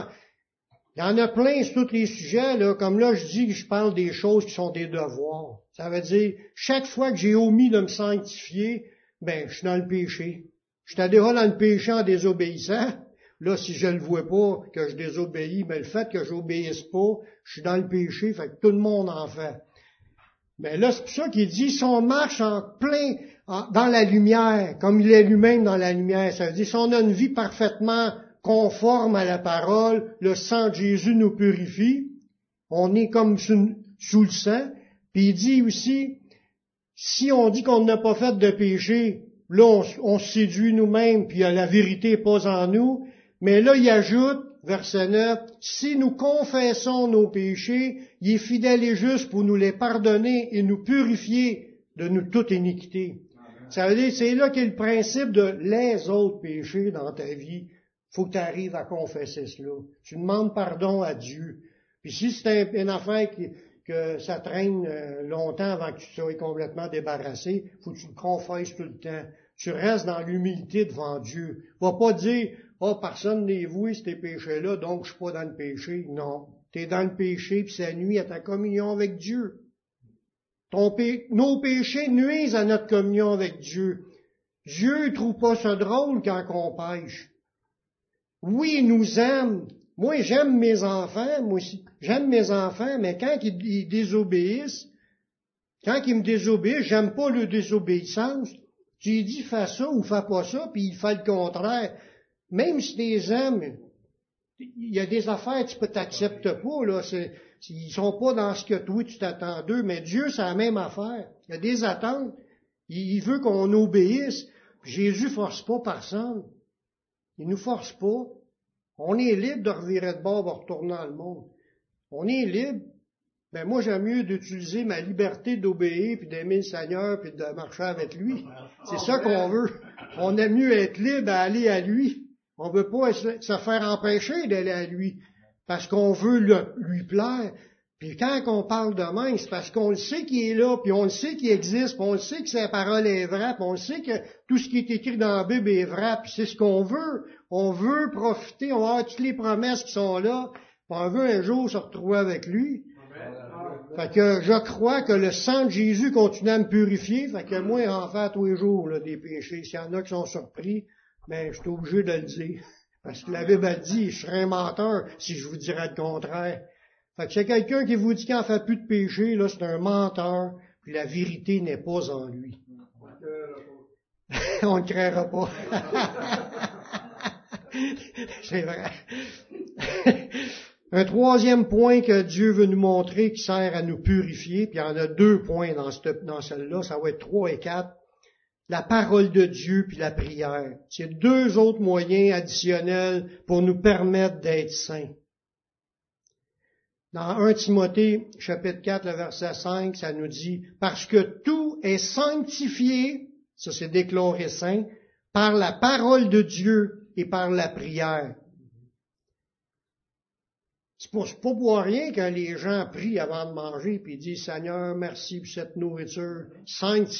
en a plein sur tous les sujets, là. Comme là, je dis que je parle des choses qui sont des devoirs. Ça veut dire, chaque fois que j'ai omis de me sanctifier, ben, je suis dans le péché. J'étais déjà dans le péché en désobéissant. Là, si je le vois pas, que je désobéis, mais le fait que j'obéisse pas, je suis dans le péché, fait que tout le monde en fait. Mais là, c'est pour ça qu'il dit, si on marche en plein, dans la lumière, comme il est lui-même dans la lumière, ça veut dire, si on a une vie parfaitement conforme à la parole, le sang de Jésus nous purifie, on est comme sous le sang, puis il dit aussi, si on dit qu'on n'a pas fait de péché, là, on se séduit nous-mêmes, puis la vérité n'est pas en nous, mais là, il ajoute, verset 9, si nous confessons nos péchés, il est fidèle et juste pour nous les pardonner et nous purifier de toute iniquité. Ça veut dire, c'est là qu'est le principe de les autres péchés dans ta vie. Faut que tu arrives à confesser cela. Tu demandes pardon à Dieu. Puis si c'est une affaire que ça traîne longtemps avant que tu sois complètement débarrassé, faut que tu le confesses tout le temps. Tu restes dans l'humilité devant Dieu. Va pas dire, personne n'est voué ces péchés-là, donc je suis pas dans le péché. Non. Tu es dans le péché, puis ça nuit à ta communion avec Dieu. Nos péchés nuisent à notre communion avec Dieu. Dieu ne trouve pas ça drôle quand on pêche. Oui, il nous aime. Moi, j'aime mes enfants, moi aussi. J'aime mes enfants, mais quand ils désobéissent, quand ils me désobéissent, j'aime pas leur désobéissance. Tu lui dis, fais ça ou fais pas ça, puis il fait le contraire. Même si tu les aimes, il y a des affaires que tu t'acceptes pas, là. Ils sont pas dans ce que toi tu t'attends d'eux, mais Dieu, c'est la même affaire. Il y a des attentes. Il veut qu'on obéisse. Jésus force pas personne. Il nous force pas. On est libre de revirer de bord, de retourner dans le monde. On est libre. Ben moi, j'aime mieux d'utiliser ma liberté d'obéir, puis d'aimer le Seigneur, puis de marcher avec lui. C'est ça qu'on veut. On aime mieux être libre à aller à lui. On veut pas se faire empêcher d'aller à lui, parce qu'on veut lui plaire. Puis quand on parle de même, c'est parce qu'on le sait qu'il est là, puis on le sait qu'il existe, puis on le sait que sa parole est vraie, puis on le sait que tout ce qui est écrit dans la Bible est vrai, puis c'est ce qu'on veut. On veut profiter, on va avoir toutes les promesses qui sont là, puis on veut un jour se retrouver avec lui. Fait que je crois que le sang de Jésus continue à me purifier, fait que moi, en fait, tous les jours, là, des péchés. S'il y en a qui sont surpris, ben, je suis obligé de le dire. Parce que la Bible a dit, je serais un menteur si je vous dirais le contraire. Fait que c'est quelqu'un qui vous dit qu'il n'en fait plus de péché, là, c'est un menteur, puis la vérité n'est pas en lui. On ne créera pas. C'est vrai. Un troisième point que Dieu veut nous montrer qui sert à nous purifier, puis il y en a 2 points dans celle-là, ça va être 3 et 4. La parole de Dieu puis la prière. C'est 2 autres moyens additionnels pour nous permettre d'être saints. Dans 1 Timothée, chapitre 4, le verset 5, ça nous dit, « Parce que tout est sanctifié, ça c'est déclaré saint, par la parole de Dieu et par la prière. » C'est pas pour rien que les gens prient avant de manger puis disent, « Seigneur, merci pour cette nourriture, sanctifie-la. »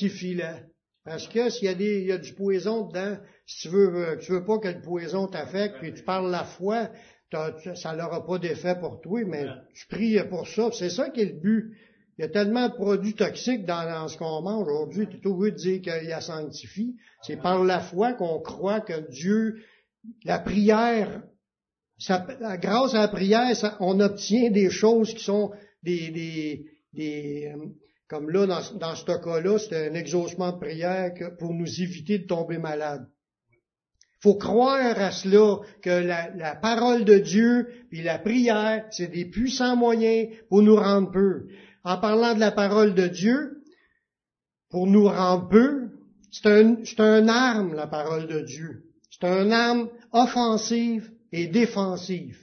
Parce que s'il y a du poison dedans, si tu veux pas que le poison t'affecte, puis tu parles la foi, ça n'aura pas d'effet pour toi, mais tu pries pour ça. C'est ça qui est le but. Il y a tellement de produits toxiques dans ce qu'on mange aujourd'hui, tu es obligé de dire qu'il la sanctifie. C'est par la foi qu'on croit que Dieu, la prière, grâce à la prière, on obtient des choses qui sont comme là, dans ce cas-là, c'est un exaucement de prière pour nous éviter de tomber malade. Faut croire à cela, que la parole de Dieu puis la prière, c'est des puissants moyens pour nous rendre purs. En parlant de la parole de Dieu, pour nous rendre purs, c'est un arme, la parole de Dieu. C'est un arme offensive et défensive.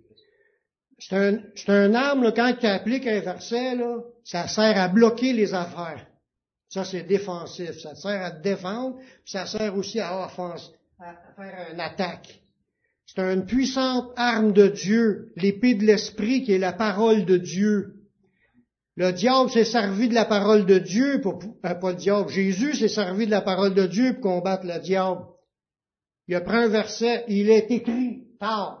C'est un arme, là, quand tu appliques un verset, là, ça sert à bloquer les affaires. Ça, c'est défensif. Ça sert à te défendre, puis ça sert aussi à faire une attaque. C'est une puissante arme de Dieu, l'épée de l'Esprit qui est la parole de Dieu. Le diable s'est servi de la parole de Dieu, pas le diable, Jésus s'est servi de la parole de Dieu pour combattre le diable. Il a pris un verset, il est écrit, tard.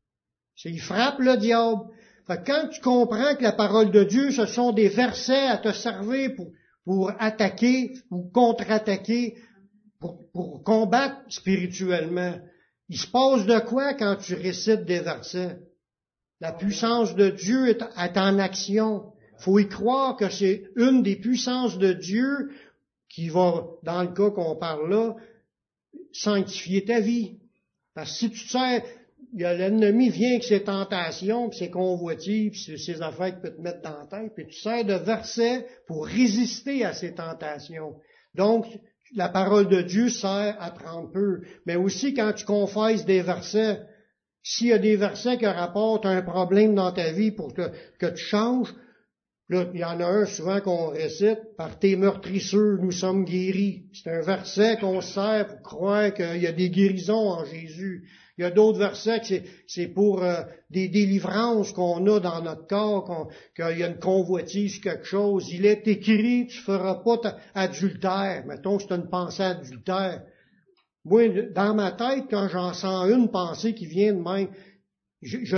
Il frappe le diable. Fait que quand tu comprends que la parole de Dieu, ce sont des versets à te servir pour attaquer ou contre-attaquer, pour combattre spirituellement. Il se passe de quoi quand tu récites des versets? La puissance de Dieu est en action. Faut y croire que c'est une des puissances de Dieu qui va, dans le cas qu'on parle là, sanctifier ta vie. Parce que si tu te sers, l'ennemi vient avec ses tentations, puis ses convoitises, puis ses affaires qu'il peut te mettre dans la tête, puis tu sers de versets pour résister à ces tentations. Donc, la parole de Dieu sert à te rendre pur. Mais aussi, quand tu confesses des versets, s'il y a des versets qui rapportent un problème dans ta vie pour que tu changes, là, il y en a un souvent qu'on récite, « Par tes meurtrissures, nous sommes guéris ». C'est un verset qu'on sert pour croire qu'il y a des guérisons en Jésus. Il y a d'autres versets que c'est pour des délivrances qu'on a dans notre corps, qu'il y a une convoitise, quelque chose. Il est écrit, tu feras pas adultère. Mettons que c'est une pensée adultère. Moi, dans ma tête, quand j'en sens une pensée qui vient de même, je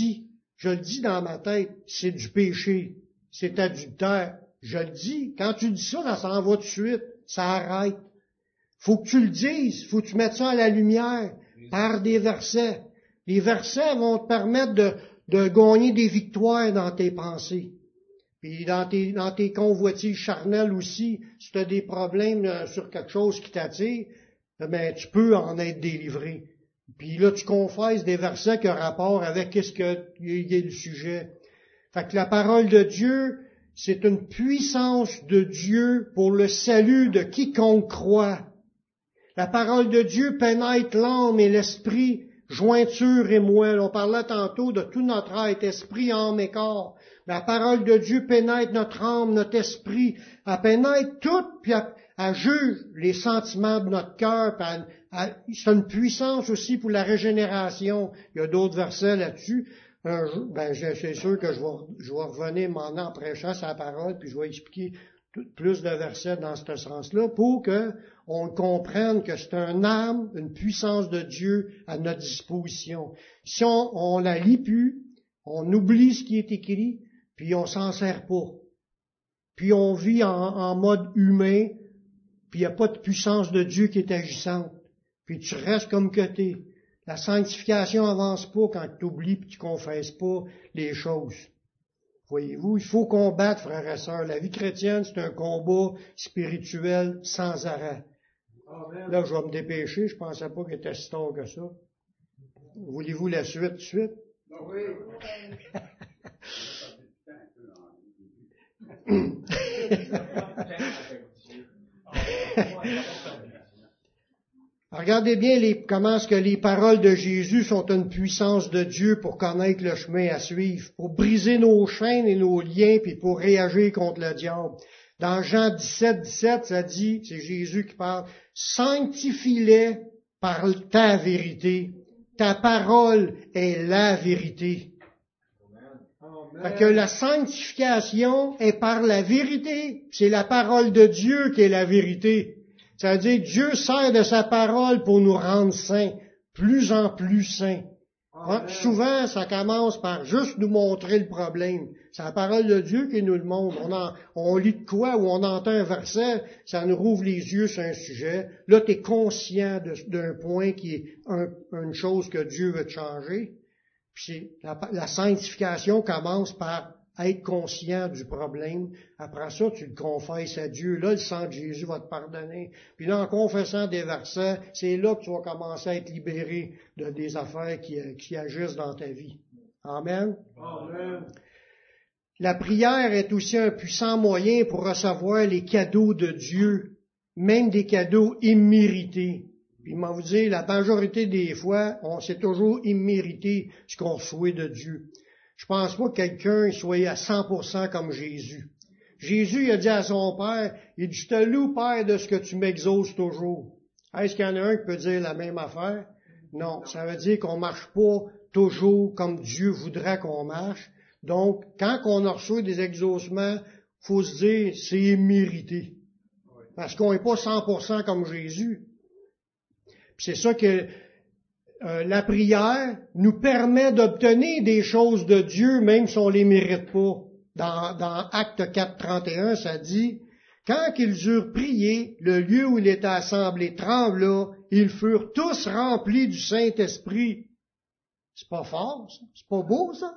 le dis dans ma tête, c'est du péché, c'est adultère. Je le dis. Quand tu dis ça, ça s'en va tout de suite. Ça arrête. Faut que tu le dises. Faut que tu mettes ça à la lumière. Par des versets. Les versets vont te permettre de gagner des victoires dans tes pensées. Puis dans tes convoitises charnelles aussi, si tu as des problèmes sur quelque chose qui t'attire, ben tu peux en être délivré. Puis là, tu confesses des versets qui ont rapport avec qu'est-ce que est le sujet. Fait que la parole de Dieu, c'est une puissance de Dieu pour le salut de quiconque croit. La parole de Dieu pénètre l'âme et l'esprit, jointure et moelle. On parlait tantôt de tout notre être, esprit, âme et corps. La parole de Dieu pénètre notre âme, notre esprit. Elle pénètre tout, puis elle juge les sentiments de notre cœur. C'est une puissance aussi pour la régénération. Il y a d'autres versets là-dessus. C'est sûr que je vais revenir maintenant en prêchant sa parole, puis je vais expliquer plus de versets dans ce sens-là, pour qu'on comprenne que c'est un âme, une puissance de Dieu à notre disposition. Si on la lit plus, on oublie ce qui est écrit, puis on s'en sert pas. Puis on vit en mode humain, puis il n'y a pas de puissance de Dieu qui est agissante. Puis tu restes comme que t'es. La sanctification avance pas quand tu oublies et tu confesses pas les choses. Voyez-vous, il faut combattre, frères et sœurs. La vie chrétienne, c'est un combat spirituel sans arrêt. Amen. Là, je vais me dépêcher. Je pensais pas qu'il était si tard que ça. Voulez-vous la suite tout de suite? Oui. Regardez bien comment est-ce que les paroles de Jésus sont une puissance de Dieu pour connaître le chemin à suivre, pour briser nos chaînes et nos liens, puis pour réagir contre le diable. Dans Jean 17, ça dit, c'est Jésus qui parle, « Sanctifie-les par ta vérité. Ta parole est la vérité. » Fait que la sanctification est par la vérité. C'est la parole de Dieu qui est la vérité. Ça veut dire Dieu sert de sa parole pour nous rendre saints, plus en plus saints. Souvent, ça commence par juste nous montrer le problème. C'est la parole de Dieu qui nous le montre. On lit de quoi ou on entend un verset, ça nous rouvre les yeux sur un sujet. Là, tu es conscient d'un point qui est une chose que Dieu veut te changer. Puis la sanctification commence par être conscient du problème. Après ça, tu le confesses à Dieu. Là, le sang de Jésus va te pardonner. Puis là, en confessant des versets, c'est là que tu vas commencer à être libéré de des affaires qui agissent dans ta vie. Amen. Amen. La prière est aussi un puissant moyen pour recevoir les cadeaux de Dieu, même des cadeaux immérités. Puis, moi, vous dire, la majorité des fois, c'est toujours immérité ce qu'on reçoit de Dieu. Je pense pas que quelqu'un soit à 100% comme Jésus. Jésus, il a dit à son Père, il dit, je te loue, Père, de ce que tu m'exauces toujours. Est-ce qu'il y en a un qui peut dire la même affaire? Non. Ça veut dire qu'on marche pas toujours comme Dieu voudrait qu'on marche. Donc, quand on reçoit des exaucements, faut se dire, c'est immérité. Parce qu'on n'est pas 100% comme Jésus. Puis c'est ça que la prière nous permet d'obtenir des choses de Dieu, même si on les mérite pas. Dans Acte 4, 31, ça dit, « Quand qu'ils eurent prié, le lieu où il était assemblé trembla, ils furent tous remplis du Saint-Esprit. » C'est pas fort, ça? C'est pas beau, ça?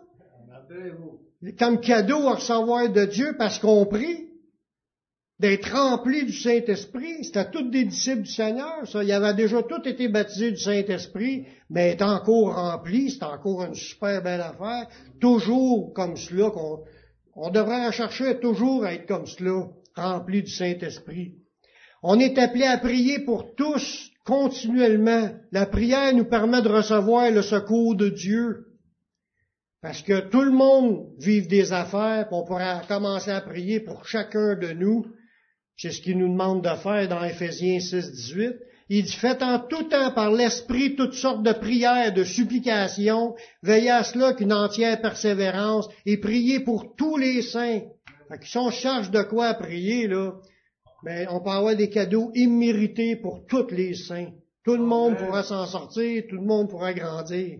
Comme cadeau à recevoir de Dieu parce qu'on prie. D'être remplis du Saint-Esprit. C'était tous des disciples du Seigneur, ça. Ils avaient déjà tous été baptisés du Saint-Esprit, mais est encore remplis, c'est encore une super belle affaire. Toujours comme cela, on devrait rechercher toujours à être comme cela, remplis du Saint-Esprit. On est appelé à prier pour tous, continuellement. La prière nous permet de recevoir le secours de Dieu. Parce que tout le monde vit des affaires, puis on pourra commencer à prier pour chacun de nous. C'est ce qu'il nous demande de faire dans Éphésiens 6, 18. Il dit, faites en tout temps par l'Esprit toutes sortes de prières, de supplications, veillez à cela qu'une entière persévérance, et priez pour tous les saints. Fait que si on cherche de quoi prier, là, ben, on peut avoir des cadeaux immérités pour tous les saints. Tout le monde pourra s'en sortir, tout le monde pourra grandir.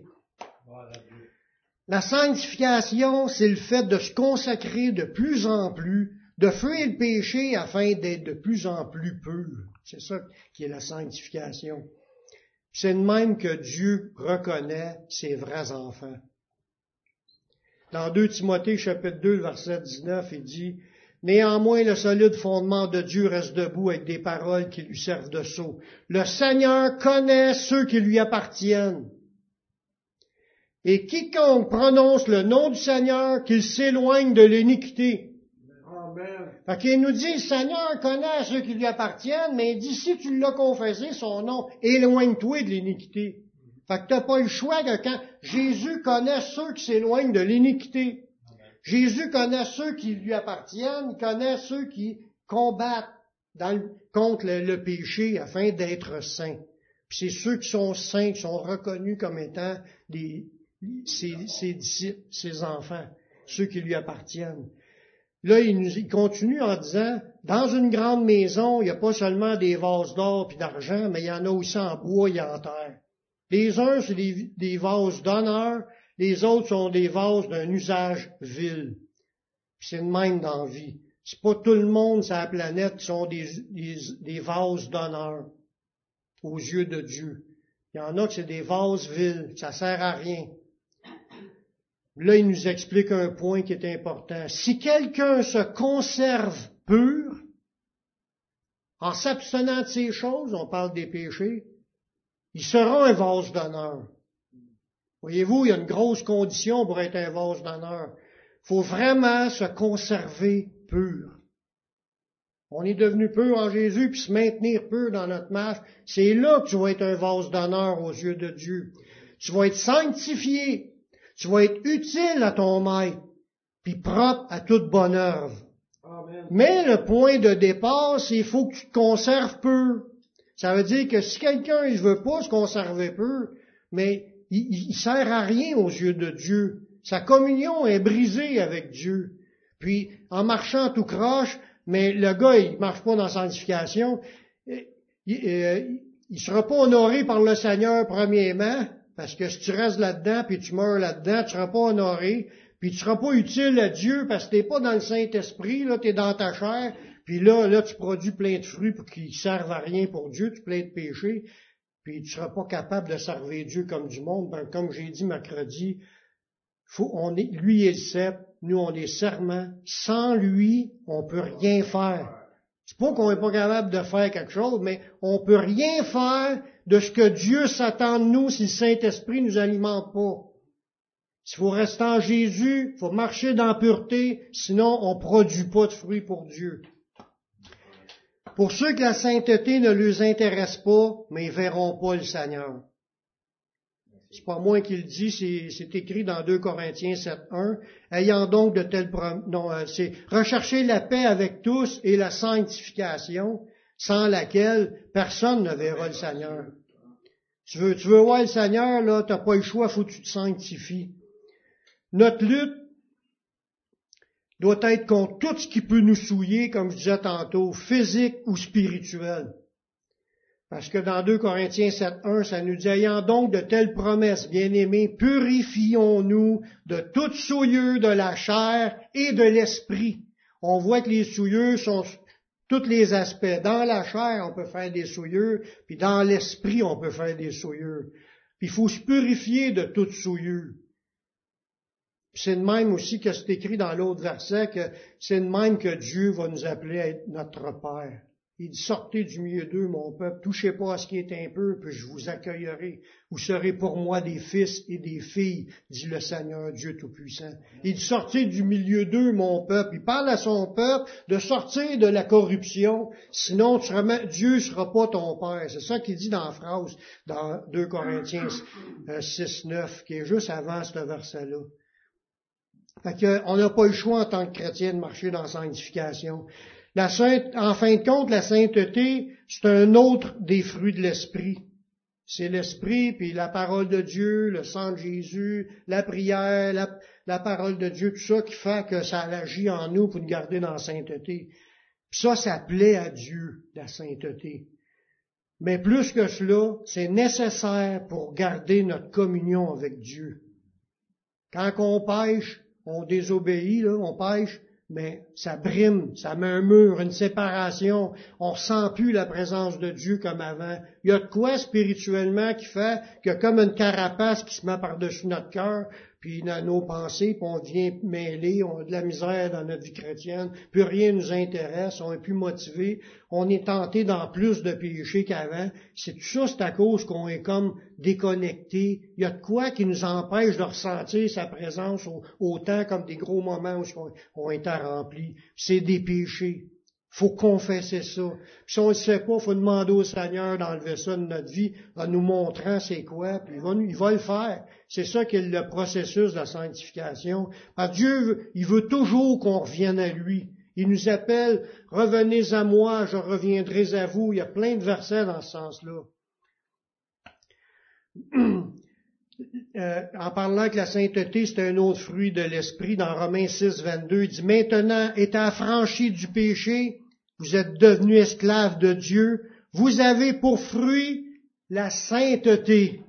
La sanctification, c'est le fait de se consacrer de plus en plus, de fuir le péché afin d'être de plus en plus pur. C'est ça qui est la sanctification. C'est de même que Dieu reconnaît ses vrais enfants. Dans 2 Timothée chapitre 2, verset 19, il dit, Néanmoins, le solide fondement de Dieu reste debout avec des paroles qui lui servent de sceau. Le Seigneur connaît ceux qui lui appartiennent. Et quiconque prononce le nom du Seigneur, qu'il s'éloigne de l'iniquité. Amen. Fait qu'il nous dit, le Seigneur connaît ceux qui lui appartiennent, mais il dit, si tu l'as confessé, son nom, éloigne-toi de l'iniquité. Fait que t'as pas le choix que quand Jésus connaît ceux qui s'éloignent de l'iniquité. Jésus connaît ceux qui lui appartiennent, il connaît ceux qui combattent contre le péché afin d'être saints. Puis c'est ceux qui sont saints, qui sont reconnus comme étant ses disciples, ses enfants, ceux qui lui appartiennent. Là, il continue en disant, dans une grande maison, il n'y a pas seulement des vases d'or et d'argent, mais il y en a aussi en bois et en terre. Les uns, c'est des vases d'honneur, les autres sont des vases d'un usage vil. Puis c'est le même dans la vie. C'est pas tout le monde sur la planète qui sont des vases d'honneur aux yeux de Dieu. Il y en a que c'est des vases vils, ça sert à rien. Là, il nous explique un point qui est important. Si quelqu'un se conserve pur, en s'abstenant de ces choses, on parle des péchés, il sera un vase d'honneur. Voyez-vous, il y a une grosse condition pour être un vase d'honneur. Il faut vraiment se conserver pur. On est devenu pur en Jésus, puis se maintenir pur dans notre marche. C'est là que tu vas être un vase d'honneur aux yeux de Dieu. Tu vas être sanctifié. Tu vas être utile à ton maître, puis propre à toute bonne œuvre. Amen. Mais le point de départ, c'est qu'il faut que tu te conserves pur. Ça veut dire que si quelqu'un ne veut pas se conserver pur, mais il sert à rien aux yeux de Dieu. Sa communion est brisée avec Dieu. Puis, en marchant tout croche, mais le gars, il marche pas dans la sanctification, il sera pas honoré par le Seigneur premièrement, parce que si tu restes là-dedans, puis tu meurs là-dedans, tu seras pas honoré, puis tu seras pas utile à Dieu, parce que t'es pas dans le Saint-Esprit, là, t'es dans ta chair, puis là, tu produis plein de fruits pour qu'ils servent à rien pour Dieu, tu plein de péchés, puis tu seras pas capable de servir Dieu comme du monde. Ben, comme j'ai dit mercredi, lui est le cep, nous on est serment. Sans lui, on peut rien faire. C'est pas qu'on n'est pas capable de faire quelque chose, mais on peut rien faire de ce que Dieu s'attend de nous si le Saint-Esprit nous alimente pas. Il faut rester en Jésus, il faut marcher dans la pureté, sinon on produit pas de fruits pour Dieu. Pour ceux que la sainteté ne les intéresse pas, mais ils verront pas le Seigneur. C'est pas moi qui le dis, c'est écrit dans 2 Corinthiens 7.1. Ayant donc de telles c'est rechercher la paix avec tous et la sanctification, sans laquelle personne ne verra le Seigneur. Tu veux voir le Seigneur, là, t'as pas le choix, faut que tu te sanctifies. Notre lutte doit être contre tout ce qui peut nous souiller, comme je disais tantôt, physique ou spirituel. Parce que dans 2 Corinthiens 7.1, ça nous dit, ayant donc de telles promesses, bien-aimés, purifions-nous de toute souillure de la chair et de l'esprit. On voit que les souillures sont tous les aspects. Dans la chair, on peut faire des souillures, puis dans l'esprit, on peut faire des souillures. Puis il faut se purifier de toute souillure. Puis c'est de même aussi que c'est écrit dans l'autre verset, que c'est de même que Dieu va nous appeler à être notre Père. Il dit, sortez du milieu d'eux, mon peuple, touchez pas à ce qui est impur, puis je vous accueillerai. Vous serez pour moi des fils et des filles, dit le Seigneur Dieu Tout-Puissant. Il dit, sortez du milieu d'eux, mon peuple. Il parle à son peuple de sortir de la corruption, sinon Dieu ne sera pas ton Père. C'est ça qu'il dit dans la phrase, dans 2 Corinthiens 6.9, qui est juste avant ce verset-là. Fait qu'on n'a pas le choix en tant que chrétien de marcher dans la sanctification. En fin de compte, la sainteté, c'est un autre des fruits de l'esprit. C'est l'esprit, puis la parole de Dieu, le sang de Jésus, la prière, la parole de Dieu, tout ça qui fait que ça agit en nous pour nous garder dans la sainteté. Puis ça plaît à Dieu, la sainteté. Mais plus que cela, c'est nécessaire pour garder notre communion avec Dieu. Quand on pêche, on désobéit, là, on pêche, mais ça brime, ça met un mur, une séparation. On ressent plus la présence de Dieu comme avant. Il y a de quoi spirituellement qui fait qu'il y a comme une carapace qui se met par-dessus notre cœur, puis dans nos pensées, puis on devient mêlé, on a de la misère dans notre vie chrétienne, plus rien nous intéresse, on est plus motivé, on est tenté dans plus de péchés qu'avant. C'est tout ça, c'est à cause qu'on est comme déconnecté. Il y a de quoi qui nous empêche de ressentir sa présence autant comme des gros moments où on est remplis. C'est des péchés. Faut confesser ça. Puis si on ne le sait pas, faut demander au Seigneur d'enlever ça de notre vie en nous montrant c'est quoi, puis il va le faire. C'est ça qui est le processus de la sanctification. Parce que Dieu, il veut toujours qu'on revienne à lui. Il nous appelle, revenez à moi, je reviendrai à vous. Il y a plein de versets dans ce sens-là. En parlant que la sainteté, c'est un autre fruit de l'esprit, dans Romains 6, 22, il dit, maintenant, étant affranchis du péché, vous êtes devenus esclaves de Dieu, vous avez pour fruit la sainteté.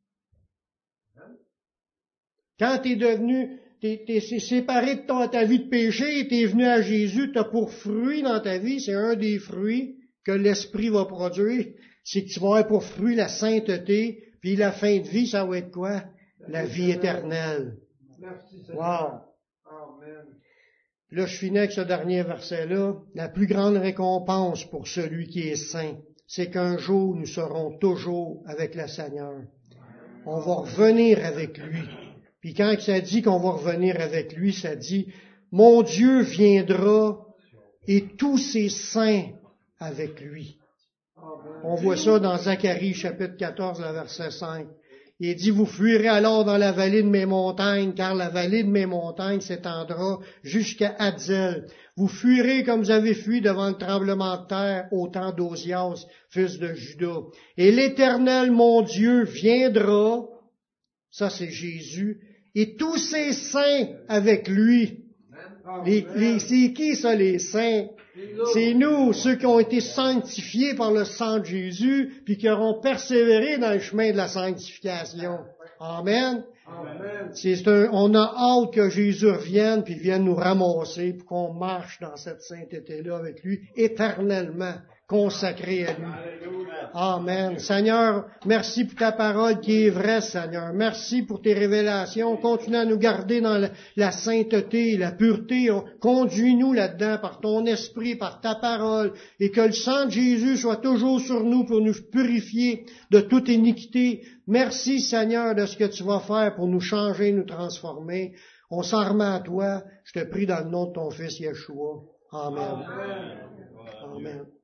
Quand t'es séparé de ta vie de péché et t'es venu à Jésus, t'as pour fruit dans ta vie, c'est un des fruits que l'esprit va produire, c'est que tu vas avoir pour fruit la sainteté, puis la fin de vie, ça va être quoi? La vie éternelle. Merci, Seigneur. Wow! Amen. Là, je finis avec ce dernier verset-là. La plus grande récompense pour celui qui est saint, c'est qu'un jour, nous serons toujours avec le Seigneur. On va revenir avec lui. Puis quand ça dit qu'on va revenir avec lui, ça dit, mon Dieu viendra et tous ses saints avec lui. On voit ça dans Zacharie, chapitre 14, verset 5. Il dit, vous fuirez alors dans la vallée de mes montagnes, car la vallée de mes montagnes s'étendra jusqu'à Hadzel. Vous fuirez comme vous avez fui devant le tremblement de terre au temps d'Osias, fils de Juda. Et l'Éternel, mon Dieu, viendra, ça c'est Jésus, et tous ses saints avec lui. C'est qui ça, les saints? C'est nous, ceux qui ont été sanctifiés par le sang de Jésus, puis qui auront persévéré dans le chemin de la sanctification. Amen. Amen. On a hâte que Jésus revienne, puis vienne nous ramasser, pour qu'on marche dans cette sainteté-là avec lui, éternellement, consacré à lui. Amen. Seigneur, merci pour ta parole qui est vraie, Seigneur. Merci pour tes révélations. Continue à nous garder dans la sainteté, la pureté. Conduis-nous là-dedans par ton esprit, par ta parole. Et que le sang de Jésus soit toujours sur nous pour nous purifier de toute iniquité. Merci, Seigneur, de ce que tu vas faire pour nous changer, nous transformer. On s'en remet à toi. Je te prie dans le nom de ton Fils Yeshua. Amen. Amen.